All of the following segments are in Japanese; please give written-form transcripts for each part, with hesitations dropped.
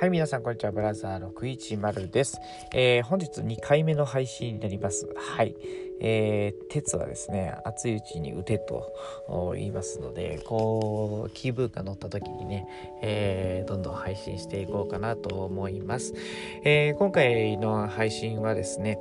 はい、皆さんこんにちは。ブラザー610です。本日2回目の配信になります。はい。鉄はですね、熱いうちに打てと言いますので、気分が乗った時にね、どんどん配信していこうかなと思います。今回の配信はですね、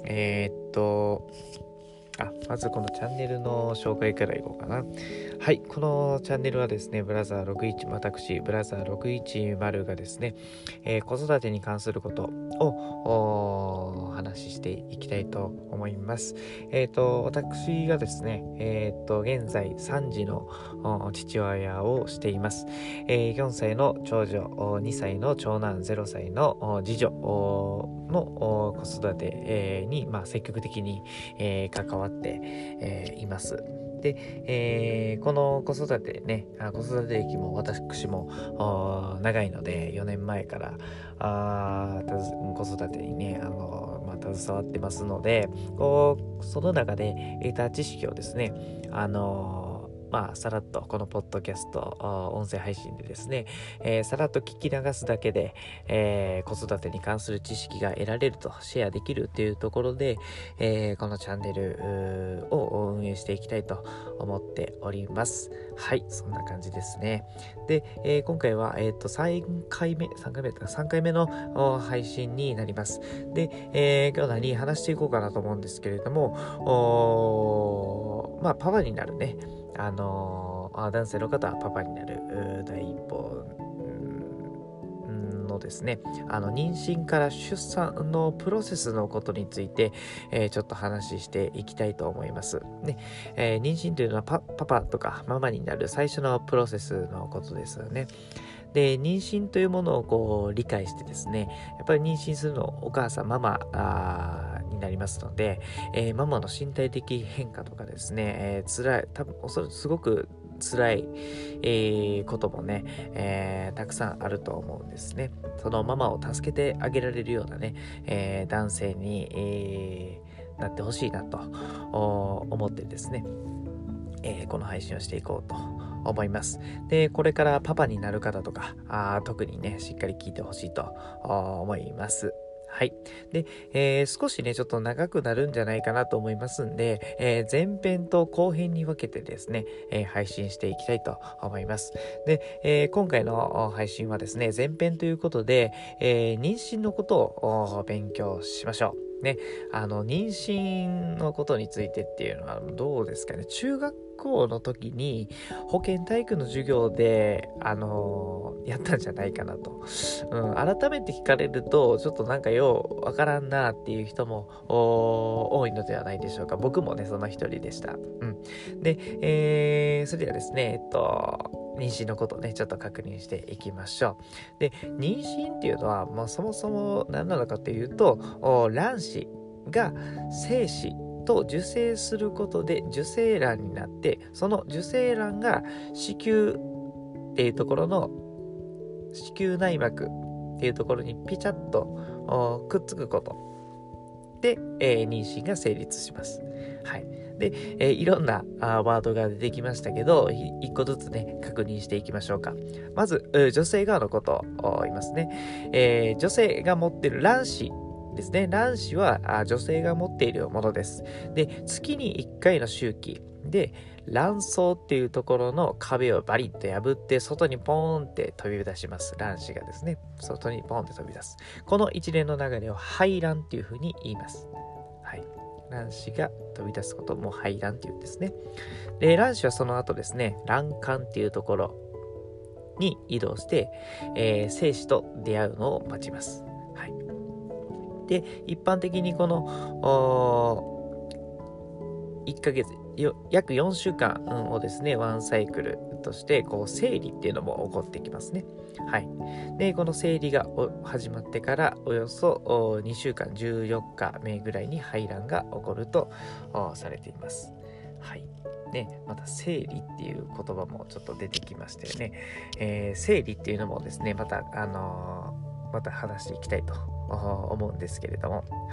まずこのチャンネルの紹介からいこうかな。はい、このチャンネルはですね、私、ブラザー610がですね、子育てに関することをお話ししていきたいと思います。私がですね、現在3児の父親をしています。4歳の長女、2歳の長男、0歳の次女の子育てに、積極的に関わっています。で、この子育てね、子育て歴も私も長いので、4年前から子育てにね、携わってますので、その中で得た知識をですね、さらっとこのポッドキャスト、音声配信でですね、さらっと聞き流すだけで、子育てに関する知識が得られると、シェアできるっていうところで、このチャンネルを運営していきたいと思っております。はい、そんな感じですね。で、今回は、3回目の配信になります。で、今日何話していこうかなと思うんですけれども、パパになるね、男性の方はパパになる第一歩のですね、妊娠から出産のプロセスのことについて、ちょっと話していきたいと思います。ね、妊娠というのはパパとかママになる最初のプロセスのことですよね。で、妊娠というものを理解してですね、やっぱり妊娠するのお母さん、ママになりますので、ママの身体的変化とかですね、辛い、多分おそらくすごく辛い、こともね、たくさんあると思うんですね。そのママを助けてあげられるようなね、男性に、なってほしいなと思ってですね、この配信をしていこうと思います。で、これからパパになる方とか、特にね、しっかり聞いてほしいと思います。はい。で、少しね、ちょっと長くなるんじゃないかなと思いますんで、前編と後編に分けてですね、配信していきたいと思います。で、今回の配信はですね、前編ということで、妊娠のことを勉強しましょう。ね、妊娠のことについてっていうのはどうですかね。中学校の時に保健体育の授業で、やったんじゃないかなと。改めて聞かれると、ちょっとなんかようわからんなっていう人も多いのではないでしょうか。僕もね、その一人でした。で、それではですね、妊娠のことをね、ちょっと確認していきましょう。で、妊娠っていうのは、そもそも何なのかというと、卵子が精子と受精することで受精卵になって、その受精卵が子宮っていうところの子宮内膜っていうところにピチャッとくっつくことで、妊娠が成立します。はい。で、いろんなワードが出てきましたけど、一個ずつね、確認していきましょうか。まず、女性側のことを言いますね。女性が持っている卵子ですね。卵子は女性が持っているものです。で、月に1回の周期で、卵巣っていうところの壁をバリッと破って外にポーンって飛び出します。卵子がですね、外にポーンって飛び出す。この一連の流れを排卵っていうふうに言います。はい。卵子が飛び出すことも排卵っていうんですね。で、卵子はその後ですね、卵管っていうところに移動して、精子と出会うのを待ちます。はい。で、一般的にこの1ヶ月、約4週間をですね、ワンサイクルとして、生理っていうのも起こってきますね。はい。で、この生理が始まってから、およそ2週間、14日目ぐらいに排卵が起こるとされています。はい。ね、また生理っていう言葉もちょっと出てきましたよね。生理っていうのもですね、また話していきたいと思うんですけれども、はい。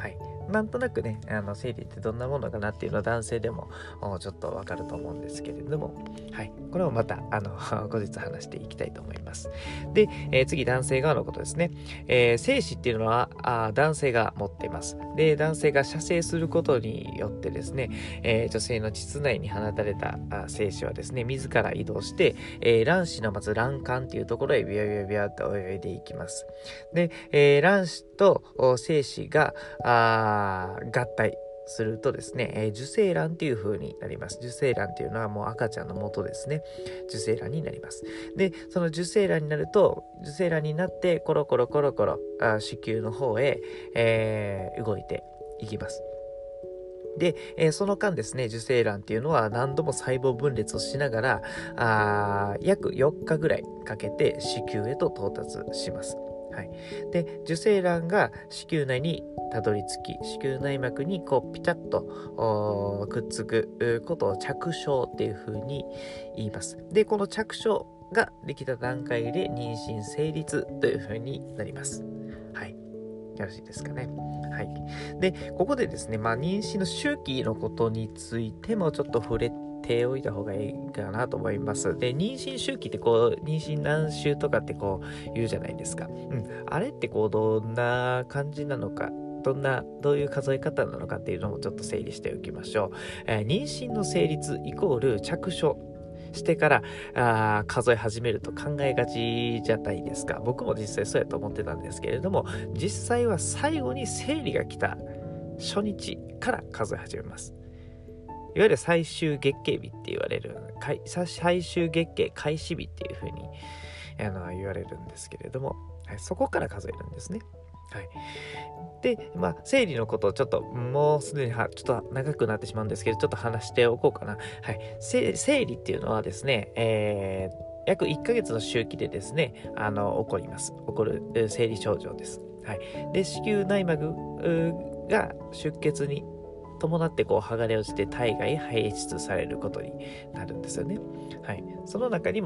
なんとなくね、生理ってどんなものかなっていうのは男性でもちょっとわかると思うんですけれども、はい。これをまた、後日話していきたいと思います。で、次、男性側のことですね。精子っていうのは男性が持っています。で、男性が射精することによってですね、女性の膣内に放たれた精子はですね、自ら移動して、卵子のまず卵管っていうところへビャビャビャと泳いでいきます。で、卵子と精子が合体するとですね、受精卵っていう風になります。受精卵っていうのはもう赤ちゃんの元ですね。受精卵になります。で、その受精卵になると、受精卵になってコロコロ子宮の方へ、動いていきます。で、その間ですね、受精卵っていうのは何度も細胞分裂をしながら、約4日ぐらいかけて子宮へと到達します。はい。で、受精卵が子宮内にたどり着き、子宮内膜にこうピタッとくっつくことを着床っていう風に言います。で、この着床ができた段階で妊娠成立という風になります。はい。よろしいですかね。はい。で、ここでですね、妊娠の周期のことについてもちょっと触れておいた方がいいかなと思います。で、妊娠周期って妊娠何週とかって言うじゃないですか。あれってどんな感じなのか。どういう数え方なのかっていうのもちょっと整理しておきましょう。妊娠の成立イコール着床してから数え始めると考えがちじゃないですか。僕も実際そうやと思ってたんですけれども、実際は最後に生理が来た初日から数え始めます。いわゆる最終月経日って言われる、最終月経開始日っていう風に言われるんですけれども、はい、そこから数えるんですね。はい。で、生理のことをちょっと、もうすでにちょっと長くなってしまうんですけど、ちょっと話しておこうかな。はい。生理っていうのはですね、約1ヶ月の周期でですね、起こる生理症状です。はい。で、子宮内膜が出血に伴って剥がれ落ちて体外排出されることになるんですよね。はい。その中に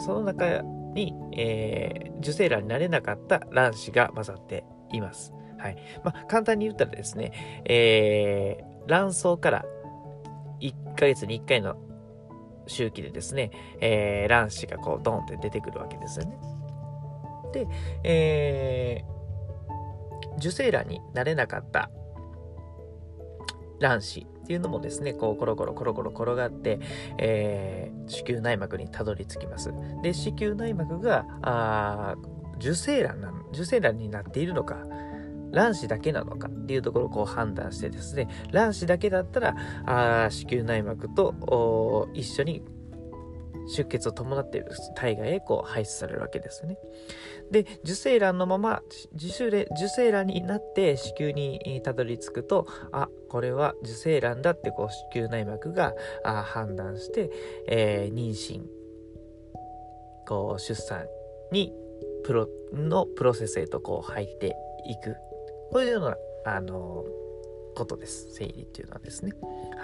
受精卵になれなかった卵子が混ざっています。はい。簡単に言ったらですね、卵巣から1ヶ月に1回の周期でですね、卵子がドンって出てくるわけですよね。で、受精卵になれなかった卵子っていうのもですね、コロコロ転がって、子宮内膜にたどり着きます。で、子宮内膜が受精卵になっているのか、卵子だけなのかっていうところを判断してですね、卵子だけだったら子宮内膜と一緒に出血を伴っている体外へ排出されるわけですね。で、受精卵のまま受精卵になって子宮にたどり着くと、これは受精卵だって子宮内膜が判断して、妊娠出産にプロセスへと入っていく、こういうようなことです。生理っていうのはですね。はい。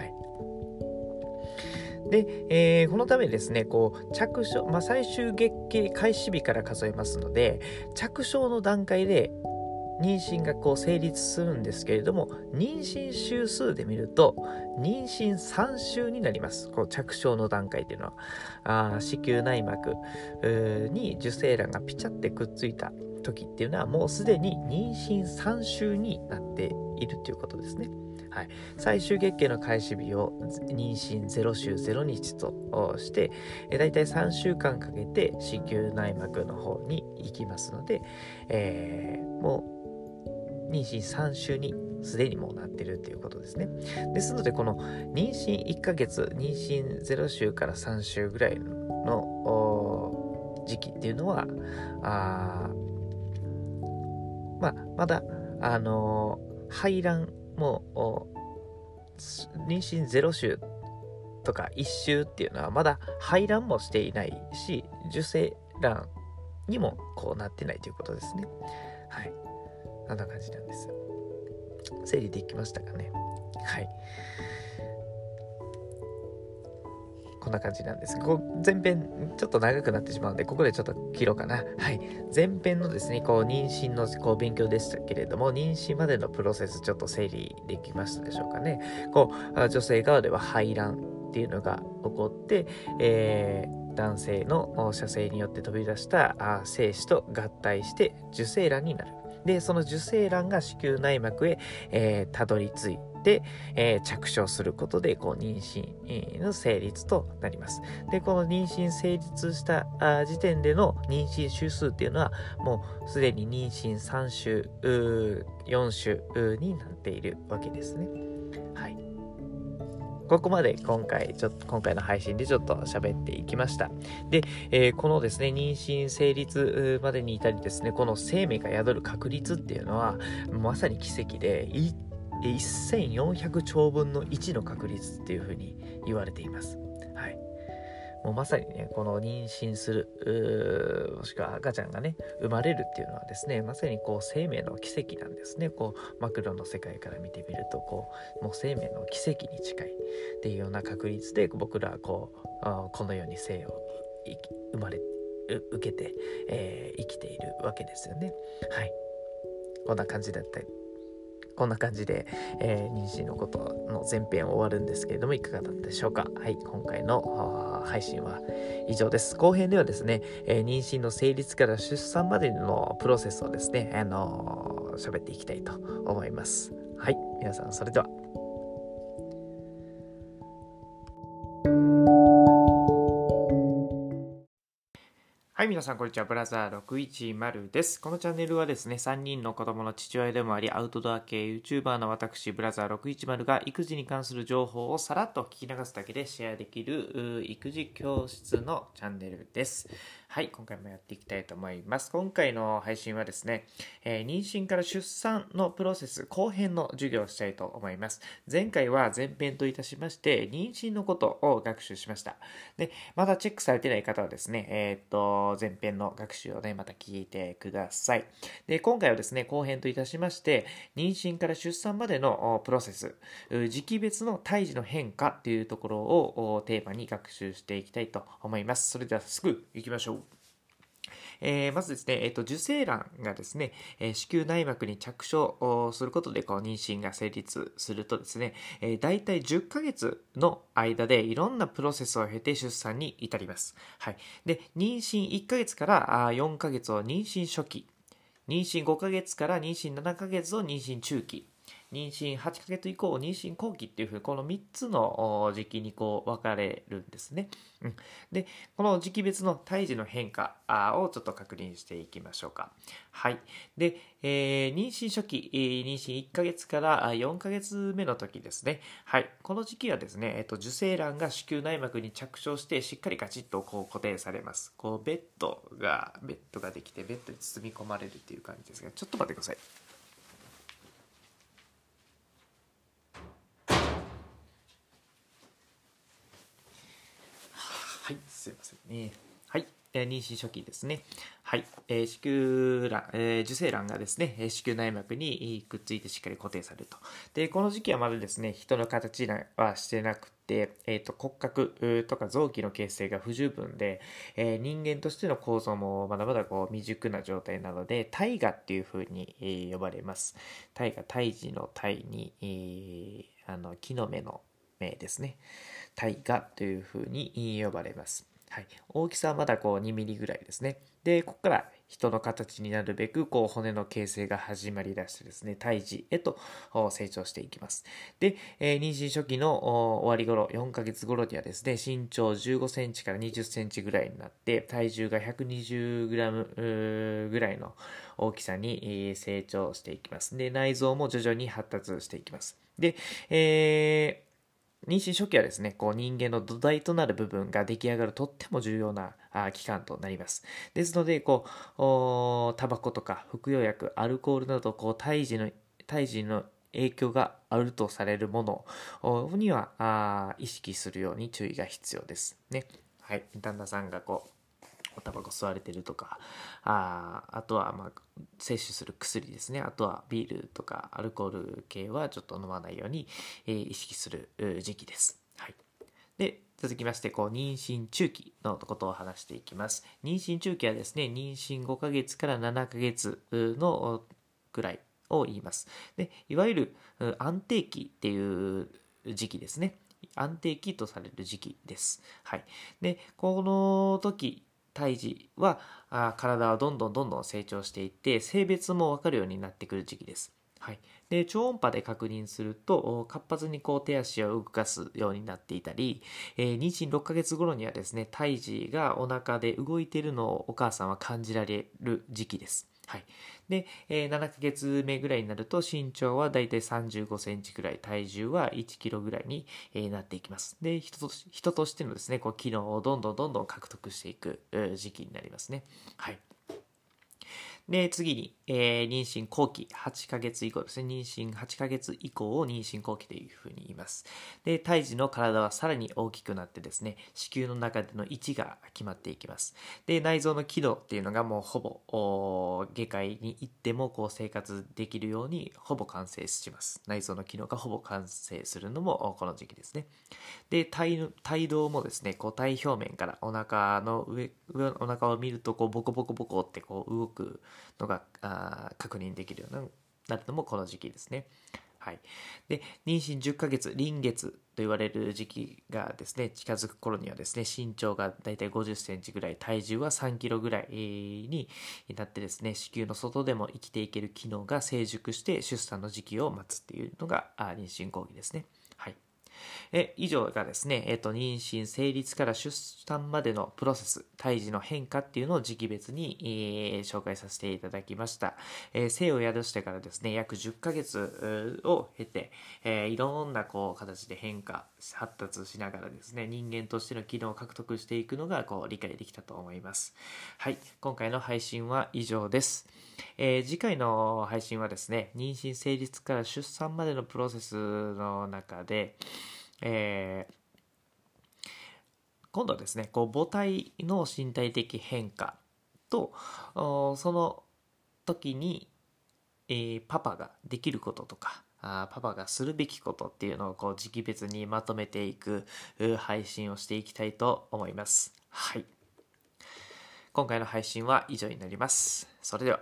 で、このためですね、着床、最終月経開始日から数えますので、着床の段階で妊娠が成立するんですけれども、妊娠週数で見ると、妊娠3週になります。着床の段階っていうのは、子宮内膜に受精卵がピチャってくっついた時っていうのは、もうすでに妊娠3週になっているということですね。はい、最終月経の開始日を妊娠0週0日として、だいたい3週間かけて子宮内膜の方に行きますので、もう妊娠3週にすでにもうなってるっていうことですね。ですので、この妊娠1ヶ月、妊娠0週から3週ぐらいの時期っていうのは、まだ、排卵も妊娠0週とか1週っていうのはまだ排卵もしていないし、受精卵にもなってないということですね。はい。こんな感じなんです。整理できましたかね。はい。 こんな感じなんです。前編ちょっと長くなってしまうので、ここでちょっと切ろうかな。はい。前編のですね、妊娠の勉強でしたけれども、妊娠までのプロセスちょっと整理できましたでしょうかね。女性側では排卵っていうのが起こって、男性の射精によって飛び出した精子と合体して受精卵になる。で、その受精卵が子宮内膜へ、たどり着いて、着床することで妊娠の成立となります。で、この妊娠成立した時点での妊娠週数っていうのはもうすでに妊娠3週、4週になっているわけですね。はい。ここまで今回の配信でちょっと喋っていきました。で、このですね、妊娠成立までに至りですね、この生命が宿る確率っていうのは、まさに奇跡で、1400兆分の1の確率っていうふうに言われています。はい。もうまさにね、この妊娠する、もしくは赤ちゃんがね、生まれるっていうのはですね、まさに生命の奇跡なんですね。マクロの世界から見てみると、もう生命の奇跡に近いっていうような確率で、僕らはこの世に生を生まれ、受けて、生きているわけですよね。はい。こんな感じで、妊娠のことの前編終わるんですけれども、いかがだったでしょうか。はい、今回の配信は以上です。後編ではですね、妊娠の成立から出産までのプロセスをですね、喋っていきたいと思います。はい、皆さんそれでは。はい、皆さん、こんにちは。ブラザー610です。このチャンネルはですね、3人の子供の父親でもあり、アウトドア系 YouTuber の私、ブラザー610が育児に関する情報をさらっと聞き流すだけでシェアできる育児教室のチャンネルです。はい、今回もやっていきたいと思います。今回の配信はですね、妊娠から出産のプロセス後編の授業をしたいと思います。前回は前編といたしまして、妊娠のことを学習しました。で、まだチェックされてない方はですね、前編の学習をね、また聞いてください。で、今回はですね、後編といたしまして、妊娠から出産までのプロセス、時期別の胎児の変化っていうところをテーマに学習していきたいと思います。それではすぐ行きましょう。まずですね、受精卵がですね、子宮内膜に着床することで妊娠が成立するとですね、だいたい10ヶ月の間でいろんなプロセスを経て出産に至ります。はい。で、妊娠1ヶ月から4ヶ月を妊娠初期、妊娠5ヶ月から妊娠7ヶ月を妊娠中期、妊娠8ヶ月以降妊娠後期っていうふうにこの3つの時期に分かれるんですね。で、この時期別の胎児の変化をちょっと確認していきましょうか。はい。で、妊娠初期、妊娠1ヶ月から4ヶ月目の時ですね。はい。この時期はですね、受精卵が子宮内膜に着床してしっかりガチッと固定されます。ベッドができて、ベッドに包み込まれるっていう感じですが、ちょっと待ってください。はい、すいませんね。はい、妊娠初期ですね。はい、子宮卵、受精卵がですね、子宮内膜にくっついてしっかり固定されると。で、この時期はまだですね、人の形はしてなくて、骨格とか臓器の形成が不十分で、人間としての構造もまだまだ未熟な状態なので、胎芽っていう風に、呼ばれます。胎芽、胎児の胎に、木の芽の芽ですね。胎芽というふうに呼ばれます。はい、大きさはまだ2ミリぐらいですね。で、ここから人の形になるべく骨の形成が始まりだしてですね、胎児へと成長していきます。で、妊娠初期の終わり頃、4ヶ月頃にはですね、身長15センチから20センチぐらいになって、体重が120グラムぐらいの大きさに成長していきます。で、内臓も徐々に発達していきます。で、妊娠初期はですね、人間の土台となる部分が出来上がるとっても重要な期間となります。ですので、タバコとか服用薬、アルコールなど、胎児の影響があるとされるものには意識するように注意が必要ですね。はい。旦那さんがタバコ吸われてるとか、あとは摂取する薬ですね。あとはビールとかアルコール系はちょっと飲まないように、意識する時期です。はい。で、 続きまして、妊娠中期のことを話していきます。妊娠中期はですね、妊娠5ヶ月から7ヶ月のぐらいを言います。で、いわゆる安定期っていう時期ですね。安定期とされる時期です。はい。で、この時、胎児は体はどんどん成長していって、性別も分かるようになってくる時期です。はい。で、超音波で確認すると、活発に手足を動かすようになっていたり、妊娠6ヶ月頃にはですね、胎児がお腹で動いているのをお母さんは感じられる時期です。はい。で、7ヶ月目ぐらいになると身長はだいたい35センチぐらい、体重は1キロぐらいになっていきます。で、人としてのですね、機能をどんどん獲得していく時期になりますね。はい。で、次に、妊娠後期8ヶ月以降ですね。妊娠8ヶ月以降を妊娠後期というふうに言います。で、胎児の体はさらに大きくなってですね、子宮の中での位置が決まっていきます。で、内臓の機能っていうのがもうほぼ、外界に行っても生活できるようにほぼ完成します。内臓の機能がほぼ完成するのもこの時期ですね。で、胎動もですね、体表面からお腹のお腹を見るとボコボコって動くのが確認できるようになるのもこの時期ですね。はい。で、妊娠10ヶ月、臨月と言われる時期がですね、近づく頃にはですね、身長がだいたい50センチぐらい、体重は3キロぐらいになってですね、子宮の外でも生きていける機能が成熟して出産の時期を待つっていうのが妊娠後期ですね。はい。以上がですね、妊娠成立から出産までのプロセス、胎児の変化っていうのを時期別に、紹介させていただきました。生を宿してからですね、約10ヶ月を経て、いろんな形で変化、発達しながらですね、人間としての機能を獲得していくのが理解できたと思います。はい、今回の配信は以上です。次回の配信はですね、妊娠成立から出産までのプロセスの中で、今度はですね、母体の身体的変化と、その時に、パパができることとか、パパがするべきことっていうのを時期別にまとめていく配信をしていきたいと思います。はい。今回の配信は以上になります。それでは。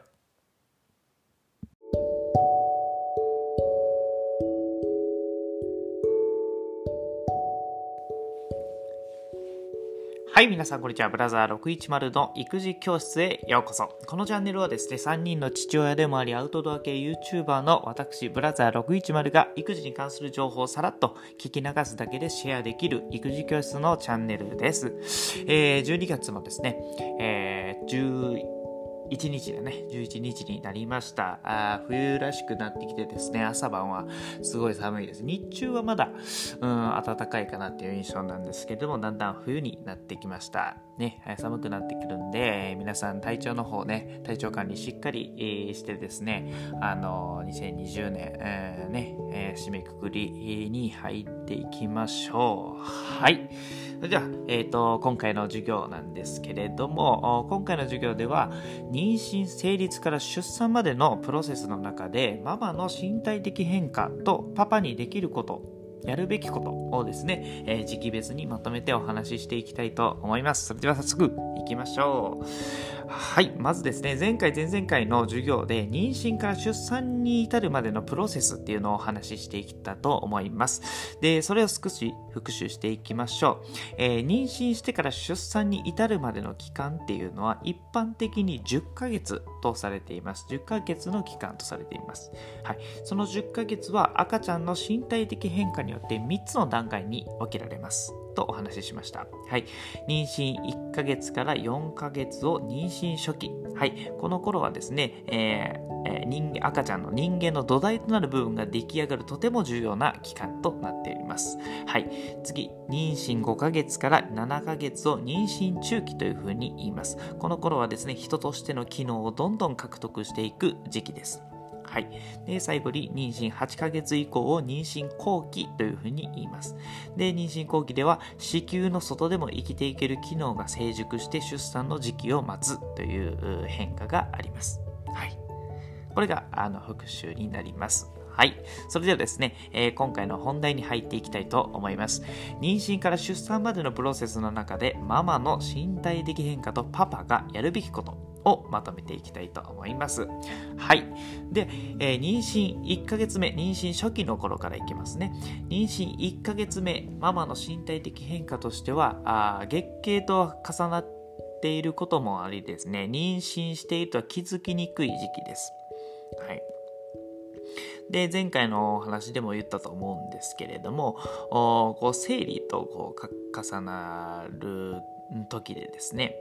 はい、皆さんこんにちは。ブラザー610の育児教室へようこそ。このチャンネルはですね、3人の父親でもありアウトドア系 YouTuber の私、ブラザー610が育児に関する情報をさらっと聞き流すだけでシェアできる育児教室のチャンネルです。12月もですね、11日になりました。冬らしくなってきてですね、朝晩はすごい寒いです。日中はまだ、暖かいかなっていう印象なんですけども、だんだん冬になってきました。ね、寒くなってくるんで、皆さん体調の方ね、体調管理しっかり、してですね、2020年、締めくくりに入っていきましょう。はい。それでは、今回の授業なんですけれども、今回の授業では、妊娠成立から出産までのプロセスの中で、ママの身体的変化とパパにできること、やるべきことをですね、時期別にまとめてお話ししていきたいと思います。それでは早速いきましょう。はい、まずですね、前々回の授業で妊娠から出産に至るまでのプロセスっていうのをお話ししていきたと思います。で、それを少し復習していきましょう。妊娠してから出産に至るまでの期間っていうのは一般的に10ヶ月とされています。10ヶ月の期間とされています。はい、その10ヶ月は赤ちゃんの身体的変化によって3つの段階に分けられますとお話ししました。はい、妊娠1ヶ月から4ヶ月を妊娠初期。はい、この頃はですね、赤ちゃんの人間の土台となる部分が出来上がるとても重要な期間となっています。はい、次、妊娠5ヶ月から7ヶ月を妊娠中期というふうに言います。この頃はですね、人としての機能をどんどん獲得していく時期です。はい、で最後に妊娠8ヶ月以降を妊娠後期というふうに言います。で妊娠後期では子宮の外でも生きていける機能が成熟して出産の時期を待つという変化があります。はい、これが復習になります。 はい。それではですね、今回の本題に入っていきたいと思います。妊娠から出産までのプロセスの中で、ママの身体的変化とパパがやるべきことをまとめていきたいと思います。はい。で、妊娠1ヶ月目、妊娠初期の頃からいきますね。妊娠1ヶ月目、ママの身体的変化としては、月経と重なっていることもありですね、妊娠しているとは気づきにくい時期です。はい。で、前回のお話でも言ったと思うんですけれども、こう生理と重なる時でですね、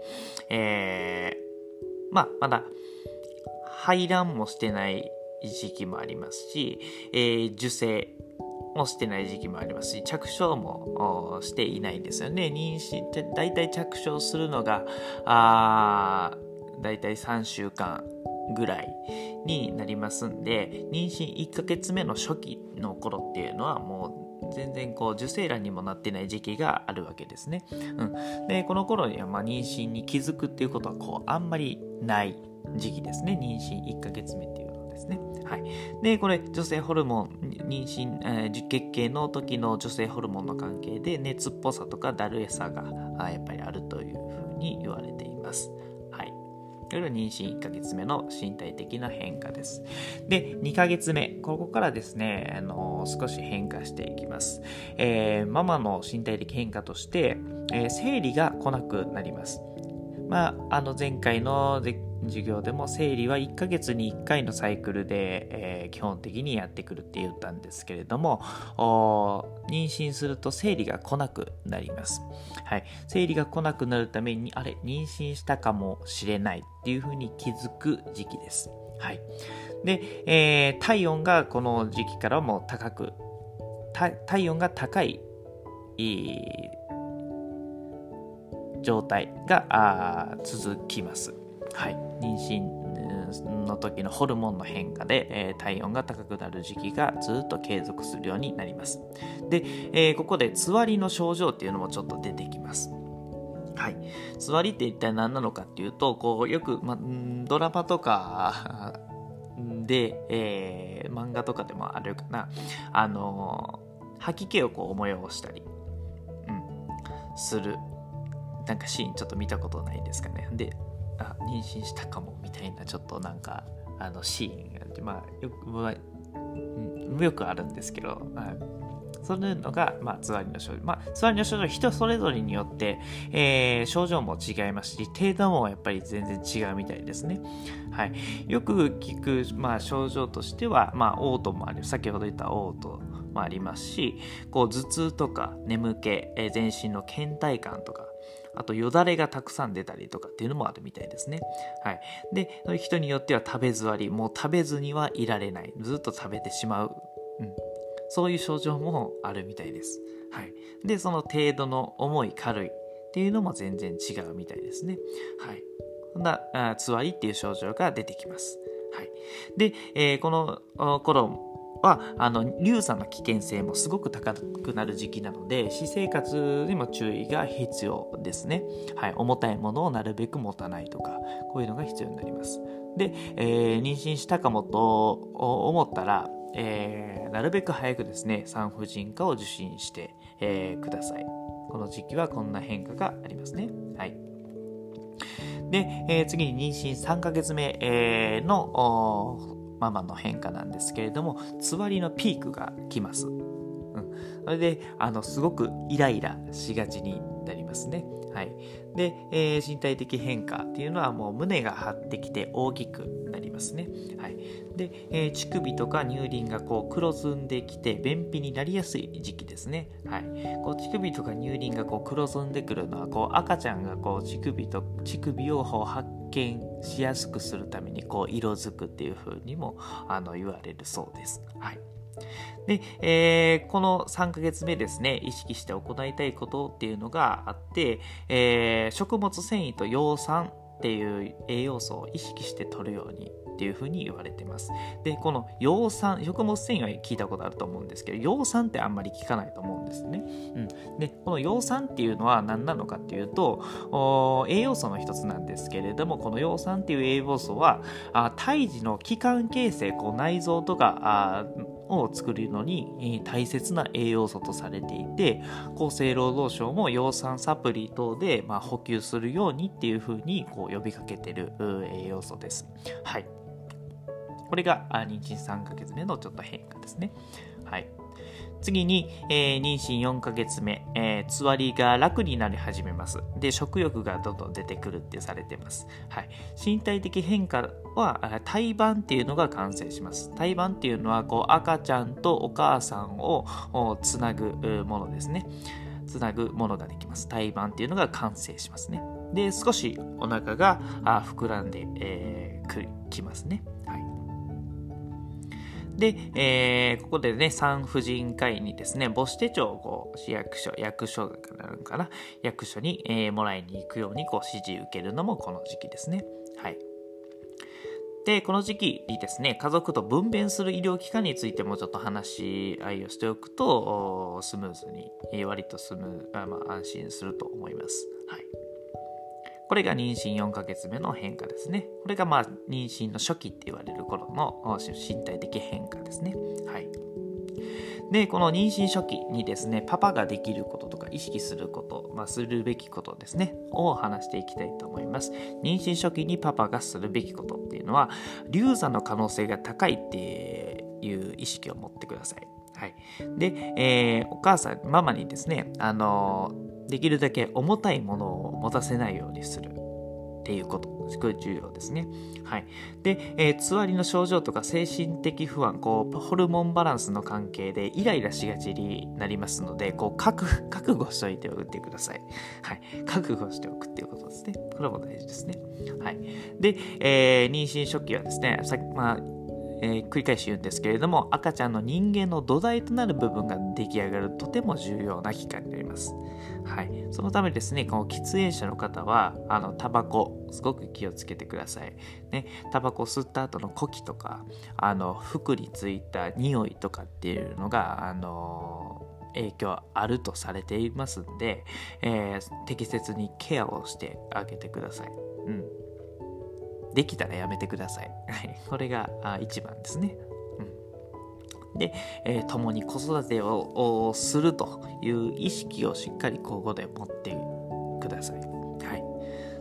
まだ排卵もしてない時期もありますし、受精もしてない時期もありますし、着床もしていないんですよね。妊娠ってだいたい着床するのがだいたい3週間ぐらいになりますんで、妊娠1ヶ月目の初期の頃っていうのはもう全然受精卵にもなってない時期があるわけですね。でこの頃には妊娠に気づくっていうことはあんまりない時期ですね。妊娠1ヶ月目っていうのですね。はい。でこれ女性ホルモン妊娠、月経の時の女性ホルモンの関係で熱っぽさとかだるさがやっぱりあるというふうに言われています。はい。これが妊娠1ヶ月目の身体的な変化です。で、2ヶ月目。ここからですね、少し変化していきます。ママの身体的変化として、生理が来なくなります。前回の授業でも生理は1ヶ月に1回のサイクルで、基本的にやってくるって言ったんですけれども、妊娠すると生理が来なくなります。はい。生理が来なくなるために、妊娠したかもしれないっていうふうに気づく時期です。はい。で、体温がこの時期からも体温が高い状態が続きます。はい、妊娠の時のホルモンの変化で、体温が高くなる時期がずっと継続するようになります。で、ここでつわりの症状っていうのもちょっと出てきます。はい、つわりって一体何なのかっていうと、よく、ドラマとかで、漫画とかでもあるかな、吐き気を催したり、するなんかシーンちょっと見たことないですかね。で、妊娠したかもみたいなちょっとなんかシーンがよくあるんですけど、そういうのが、つわりの症状。つわりの症状、人それぞれによって、症状も違いますし、程度もやっぱり全然違うみたいですね。はい。よく聞く、症状としては、嘔吐もある。先ほど言った嘔吐もありますし、頭痛とか眠気、全身の倦怠感とか、あとよだれがたくさん出たりとかっていうのもあるみたいですね。はい。で、人によっては食べ座り、もう食べずにはいられない。ずっと食べてしまう。そういう症状もあるみたいです。はい。で、その程度の重い軽いっていうのも全然違うみたいですね。はい。そんなつわりっていう症状が出てきます。はい。で、この頃は流産の危険性もすごく高くなる時期なので、私生活にも注意が必要ですね。はい、重たいものをなるべく持たないとか、こういうのが必要になります。で、妊娠したかもと思ったら、なるべく早くですね、産婦人科を受診して、ください。この時期はこんな変化がありますね。はい。で、次に妊娠3ヶ月目、のママの変化なんですけれども、つわりのピークが来ます。それですごくイライラしがちになりますね。はい。で、身体的変化っていうのはもう胸が張ってきて大きくなりますね。はい。で、乳首とか乳輪が黒ずんできて便秘になりやすい時期ですね。はい。乳首とか乳輪が黒ずんでくるのは赤ちゃんが乳首を発見しやすくするために色づくっていう風にも言われるそうです。はい。で、この3ヶ月目ですね、意識して行いたいことっていうのがあって、食物繊維と葉酸っていう栄養素を意識して摂るようにっていうふうに言われてます。で、この葉酸、食物繊維は聞いたことあると思うんですけど、葉酸ってあんまり聞かないと思うんですね。で、この葉酸っていうのは何なのかっていうと、栄養素の一つなんですけれども、この葉酸っていう栄養素は胎児の器官形成、内臓とかを作るのに大切な栄養素とされていて、厚生労働省も葉酸サプリ等で補給するようにっていうふうに呼びかけている栄養素です。はい。これが妊娠3ヶ月目のちょっと変化ですね。はい。次に、妊娠4ヶ月目、つわりが楽になり始めます。で、食欲がどんどん出てくるってされてます。はい。身体的変化は、胎盤っていうのが完成します。胎盤っていうのは、赤ちゃんとお母さんをつなぐものですね。つなぐものができます。胎盤っていうのが完成しますね。で、少しお腹が膨らんできますね。はい。で、ここでね、産婦人科医にですね、母子手帳を役所に、もらいに行くように指示受けるのもこの時期ですね。はい。で、この時期にですね、家族と分娩する医療機関についてもちょっと話し合いをしておくと、スムーズに、割と安心すると思います。はい。これが妊娠4ヶ月目の変化ですね。これが妊娠の初期って言われる頃の身体的変化ですね。はい。で、この妊娠初期にですね、パパができることとか意識すること、するべきことですね、を話していきたいと思います。妊娠初期にパパがするべきことっていうのは、流産の可能性が高いっていう意識を持ってください。はい。で、お母さん、ママにですね、できるだけ重たいものを持たせないようにするっていうこと。これ重要ですね。はい。で、つわりの症状とか精神的不安、ホルモンバランスの関係でイライラしがちになりますので、覚悟しておいておいてください。はい。覚悟しておくっていうことですね。これも大事ですね。はい。で、妊娠初期はですね、繰り返し言うんですけれども、赤ちゃんの人間の土台となる部分が出来上がるとても重要な期間になります。はい、そのためですね、この喫煙者の方はタバコすごく気をつけてください。ね、タバコ吸った後の呼気とか服についた匂いとかっていうのが影響あるとされていますので、適切にケアをしてあげてください。うん。できたらやめてください。これが一番ですね。で、共に子育てをするという意識をしっかり交互で持ってください。はい。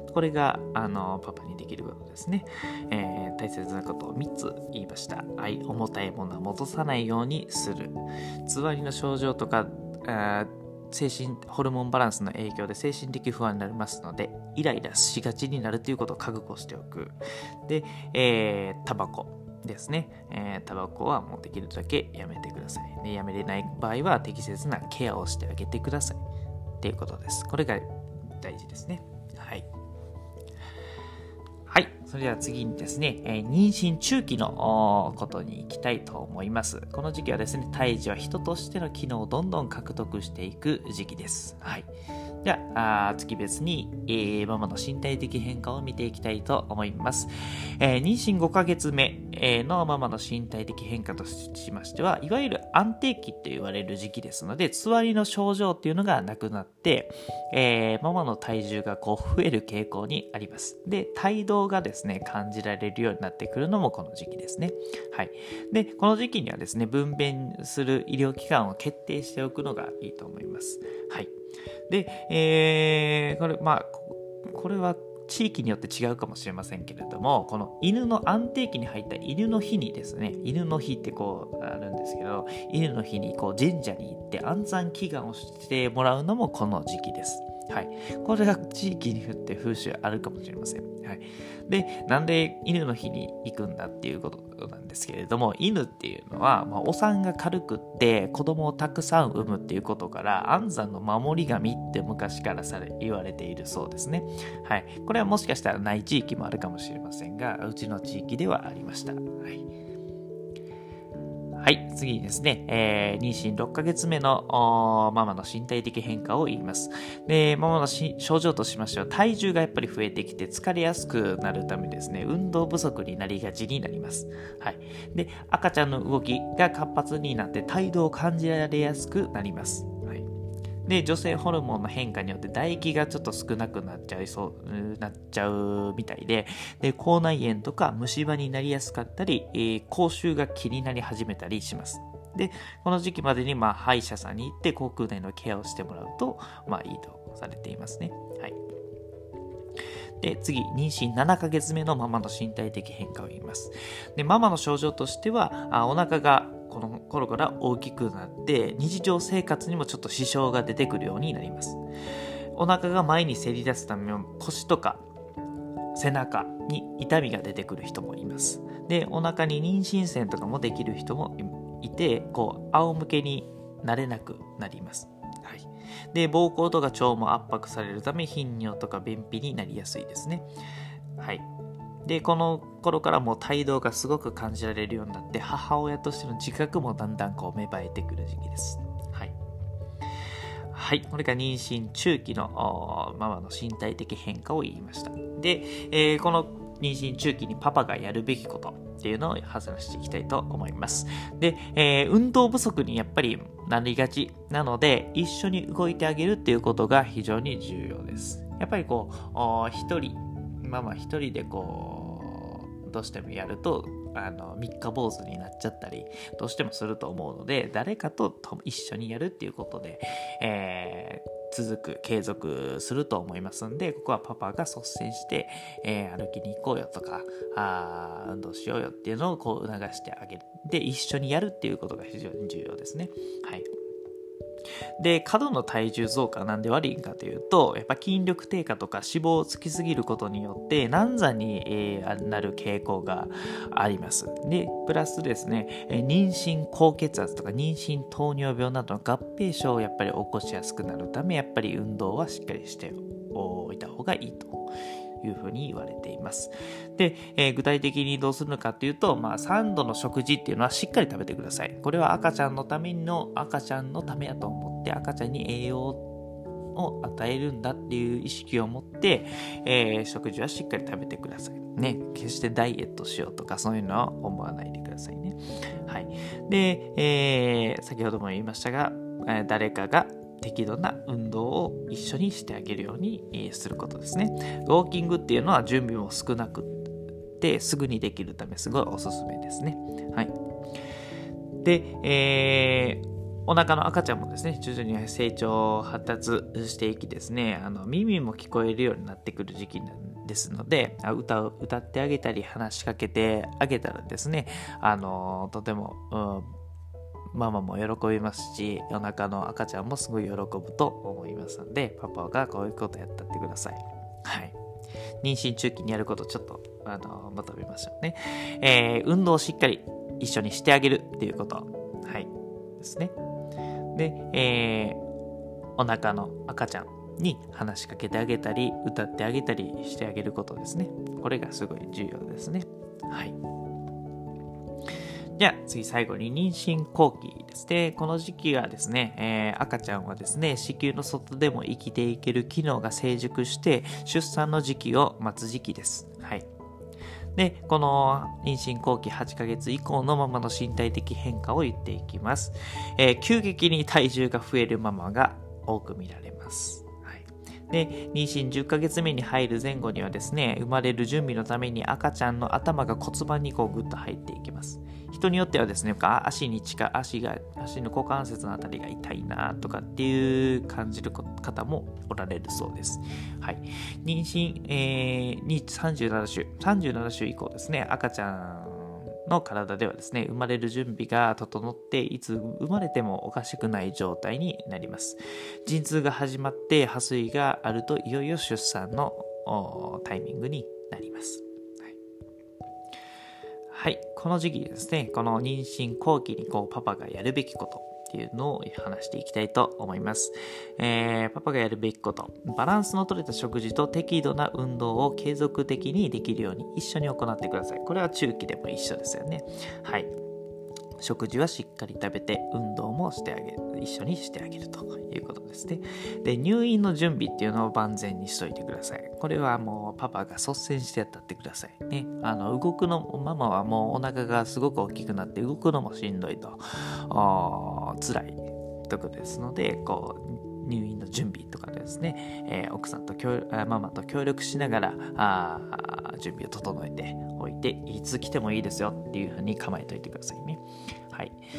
これがパパにできることですね。大切なことを3つ言いました。重たいものは戻さないようにする。つわりの症状とかホルモンバランスの影響で精神的不安になりますので、イライラしがちになるということを覚悟しておく。で、タバコですね。タバコはもうできるだけやめてください。やめれない場合は適切なケアをしてあげてください。っていうことです。これが大事ですね。はい。はい。それでは次にですね、妊娠中期のことに行きたいと思います。この時期はですね、胎児は人としての機能をどんどん獲得していく時期です。はい。では、月別に、ママの身体的変化を見ていきたいと思います。妊娠5ヶ月目のママの身体的変化としましては、いわゆる安定期と言われる時期ですので、つわりの症状っていうのがなくなって、ママの体重が増える傾向にあります。で、胎動がですね、感じられるようになってくるのもこの時期ですね。はい。で、この時期にはですね、分娩する医療機関を決定しておくのがいいと思います。はい。で、これは地域によって違うかもしれませんけれども、この犬の安定期に入った犬の日にですね、犬の日ってあるんですけど、犬の日に神社に行って安産祈願をしてもらうのもこの時期です。はい。これが地域によって風習あるかもしれません。はい。で、なんで犬の日に行くんだっていうことなんですけれども、犬っていうのは、お産が軽くって子供をたくさん産むっていうことから、安産の守り神って昔から言われているそうですね。はい。これはもしかしたらない地域もあるかもしれませんが、うちの地域ではありました。はい。はい、次にですね、妊娠6ヶ月目のママの身体的変化を言います。で、ママの症状としましては、体重がやっぱり増えてきて疲れやすくなるためですね、運動不足になりがちになります。はい。で、赤ちゃんの動きが活発になって態度を感じられやすくなります。はい。で、女性ホルモンの変化によって唾液がちょっと少なくなっちゃうみたいで、口内炎とか虫歯になりやすかったり、口臭が気になり始めたりします。 で、この時期までに歯医者さんに行って口腔内のケアをしてもらうといいとされていますね。はい。で、次、妊娠7ヶ月目のママの身体的変化を言います。で、ママの症状としては、お腹がこの頃から大きくなって、日常生活にもちょっと支障が出てくるようになります。お腹が前にせり出すための腰とか背中に痛みが出てくる人もいます。で、お腹に妊娠線とかもできる人もいて、仰向けになれなくなります。はい。で、膀胱とか腸も圧迫されるため、頻尿とか便秘になりやすいですね。はい。で、この頃からもう胎動がすごく感じられるようになって、母親としての自覚もだんだん芽生えてくる時期です。はい。はい。これが妊娠中期のママの身体的変化を言いました。で、この妊娠中期にパパがやるべきことっていうのを話していきたいと思います。で、運動不足にやっぱりなりがちなので、一緒に動いてあげるっていうことが非常に重要です。やっぱりママ一人でどうしてもやると三日坊主になっちゃったりどうしてもすると思うので、誰かと一緒にやるっていうことで、継続すると思いますんで、ここはパパが率先して、歩きに行こうよとか運動しようよっていうのを促してあげる。で、一緒にやるっていうことが非常に重要ですね。はい。で、過度の体重増加なんで悪いかというと、やっぱ筋力低下とか脂肪をつきすぎることによって難産に、なる傾向があります。で、プラスですね、妊娠高血圧とか妊娠糖尿病などの合併症をやっぱり起こしやすくなるため、やっぱり運動はしっかりしておいた方がいいというふうに言われています。で、具体的にどうするのかというと、3度の食事っていうのはしっかり食べてください。これは赤ちゃんのためやと思って赤ちゃんに栄養を与えるんだっていう意識を持って、食事はしっかり食べてください。ね、決してダイエットしようとかそういうのは思わないでくださいね。はい。で、先ほども言いましたが、誰かが適度な運動を一緒にしてあげるようにすることですね。ウォーキングっていうのは準備も少なくてすぐにできるためすごいおすすめですね。はい。で、お腹の赤ちゃんもですね、徐々に成長発達していきですね、耳も聞こえるようになってくる時期ですので、歌ってあげたり話しかけてあげたらですね、とても、ママも喜びますし、お腹の赤ちゃんもすごい喜ぶと思いますので、パパがこういうことやってってください。はい。妊娠中期にやることをちょっとまとめましょうね。運動をしっかり一緒にしてあげるっていうこと。はい。ですね。で、お腹の赤ちゃんに話しかけてあげたり、歌ってあげたりしてあげることですね。これがすごい重要ですね。はい。じゃあ次最後に妊娠後期ですね。この時期はですね、赤ちゃんはですね、子宮の外でも生きていける機能が成熟して出産の時期を待つ時期です。はい。で、この妊娠後期8ヶ月以降のママの身体的変化を言っていきます。急激に体重が増えるママが多く見られます。で、妊娠10ヶ月目に入る前後にはですね、生まれる準備のために赤ちゃんの頭が骨盤にグッと入っていきます。人によってはですね、足の股関節のあたりが痛いなとかっていう感じる方もおられるそうです。はい。妊娠、37週以降ですね、赤ちゃんの体ではですね、生まれる準備が整っていつ生まれてもおかしくない状態になります。陣痛が始まって破水があるといよいよ出産のタイミングになります。はい、この時期ですね、この妊娠後期にパパがやるべきことっていうのを話していきたいと思います。パパがやるべきこと、バランスの取れた食事と適度な運動を継続的にできるように一緒に行ってください。これは中期でも一緒ですよね。はい。食事はしっかり食べて運動も一緒にしてあげるということですね。で、入院の準備っていうのを万全にしといてください。これはもうパパが率先してやってくださいね。ママはもうお腹がすごく大きくなって動くのもしんどいと辛いところですので、入院の準備とかですね、奥さんとママと協力しながら準備を整えておいて、いつ来てもいいですよっていうふうに構えておいてくださいね。はい。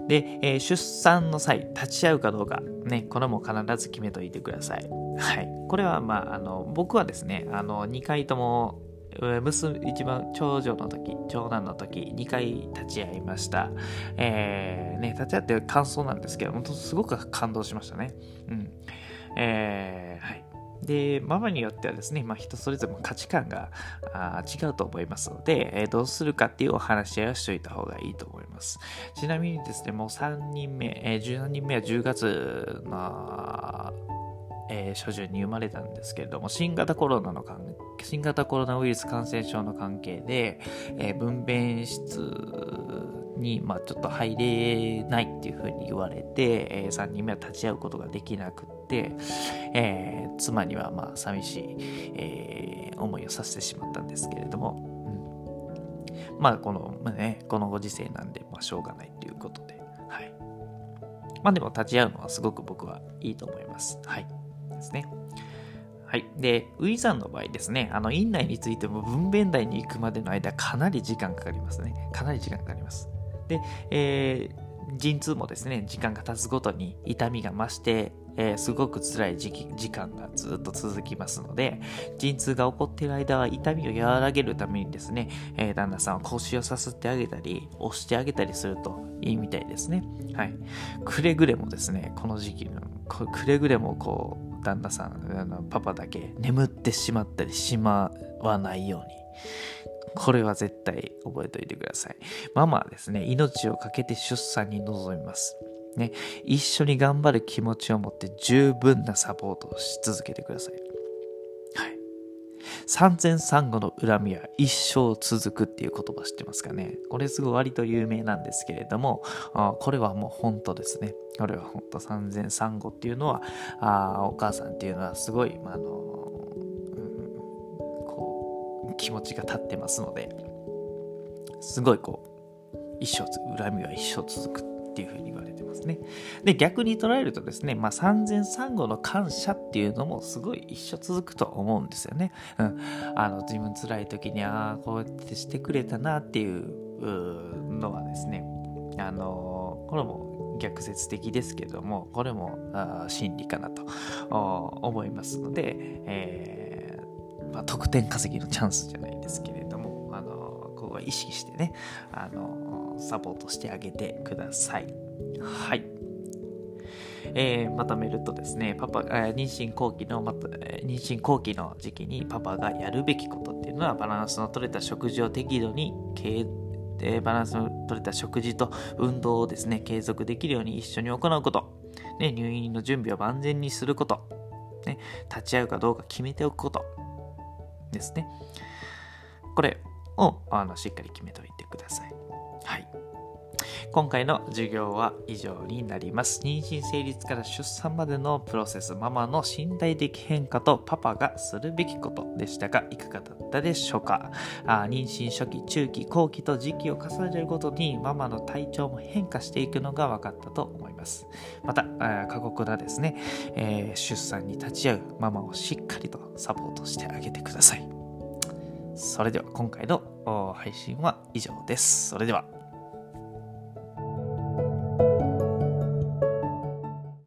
で、出産の際、立ち会うかどうか、ね、これも必ず決めといてください。はい。これは、僕はですね、2回とも、一番長男の時、2回立ち会いました。立ち会って感想なんですけど、本当すごく感動しましたね。うん。はい。で、ママによってはですね、人それぞれ価値観が違うと思いますので、どうするかっていうお話し合いをしておいた方がいいと思います。ちなみにですね、もう3人目、13人目は10月の、初旬に生まれたんですけれども、新型コロナウイルス感染症の関係で、分娩室に、ちょっと入れないっていうふうに言われて、3人目は立ち会うことができなくって、妻には寂しい、思いをさせてしまったんですけれども、このご時世なんで、しょうがないということで、はい。でも立ち会うのはすごく僕はいいと思います。はい。ですね。はい。で、ウィザンの場合ですね、院内についても分娩台に行くまでの間、かなり時間かかりますね。かなり時間かかります。で、陣痛もですね、時間が経つごとに痛みが増して、すごく辛い時間がずっと続きますので、陣痛が起こっている間は痛みを和らげるためにですね、旦那さんは腰をさすってあげたり、押してあげたりするといいみたいですね。はい。くれぐれもですね、この時期の、くれぐれも旦那さん、パパだけ眠ってしまったりしまわないように。これは絶対覚えておいてください。ママはですね、命をかけて出産に臨みます。ね、一緒に頑張る気持ちを持って十分なサポートをし続けてください。はい。産前産後の恨みは一生続くっていう言葉知ってますかね。これすごい割と有名なんですけれども、これはもう本当ですね。これは本当産前産後っていうのは、お母さんっていうのはすごい、気持ちが立ってますので、すごい恨みは一生続くっていうふうに言われてますね。で、逆に捉えるとですね、産前産後の感謝っていうのもすごい一生続くと思うんですよね。自分辛い時に、こうやってしてくれたなっていうのはですね、これも逆説的ですけども、これも真理かなと思いますので、得点稼ぎのチャンスじゃないですけれども、ここは意識してね、サポートしてあげてください。はい。まとめるとですね、妊娠後期の時期にパパがやるべきことっていうのは、バランスの取れた食事を適度にバランスの取れた食事と運動をですね、継続できるように一緒に行うこと、ね、入院の準備を万全にすること、ね、立ち会うかどうか決めておくことですね。これをしっかり決めておいてください。はい。今回の授業は以上になります。妊娠成立から出産までのプロセス、ママの身体的変化とパパがするべきことでしたが、いかがだったでしょうか。妊娠初期、中期、後期と時期を重ねるごとにママの体調も変化していくのが分かったと思います。また、過酷なですね、出産に立ち会うママをしっかりとサポートしてあげてください。それでは今回の配信は以上です。それでは。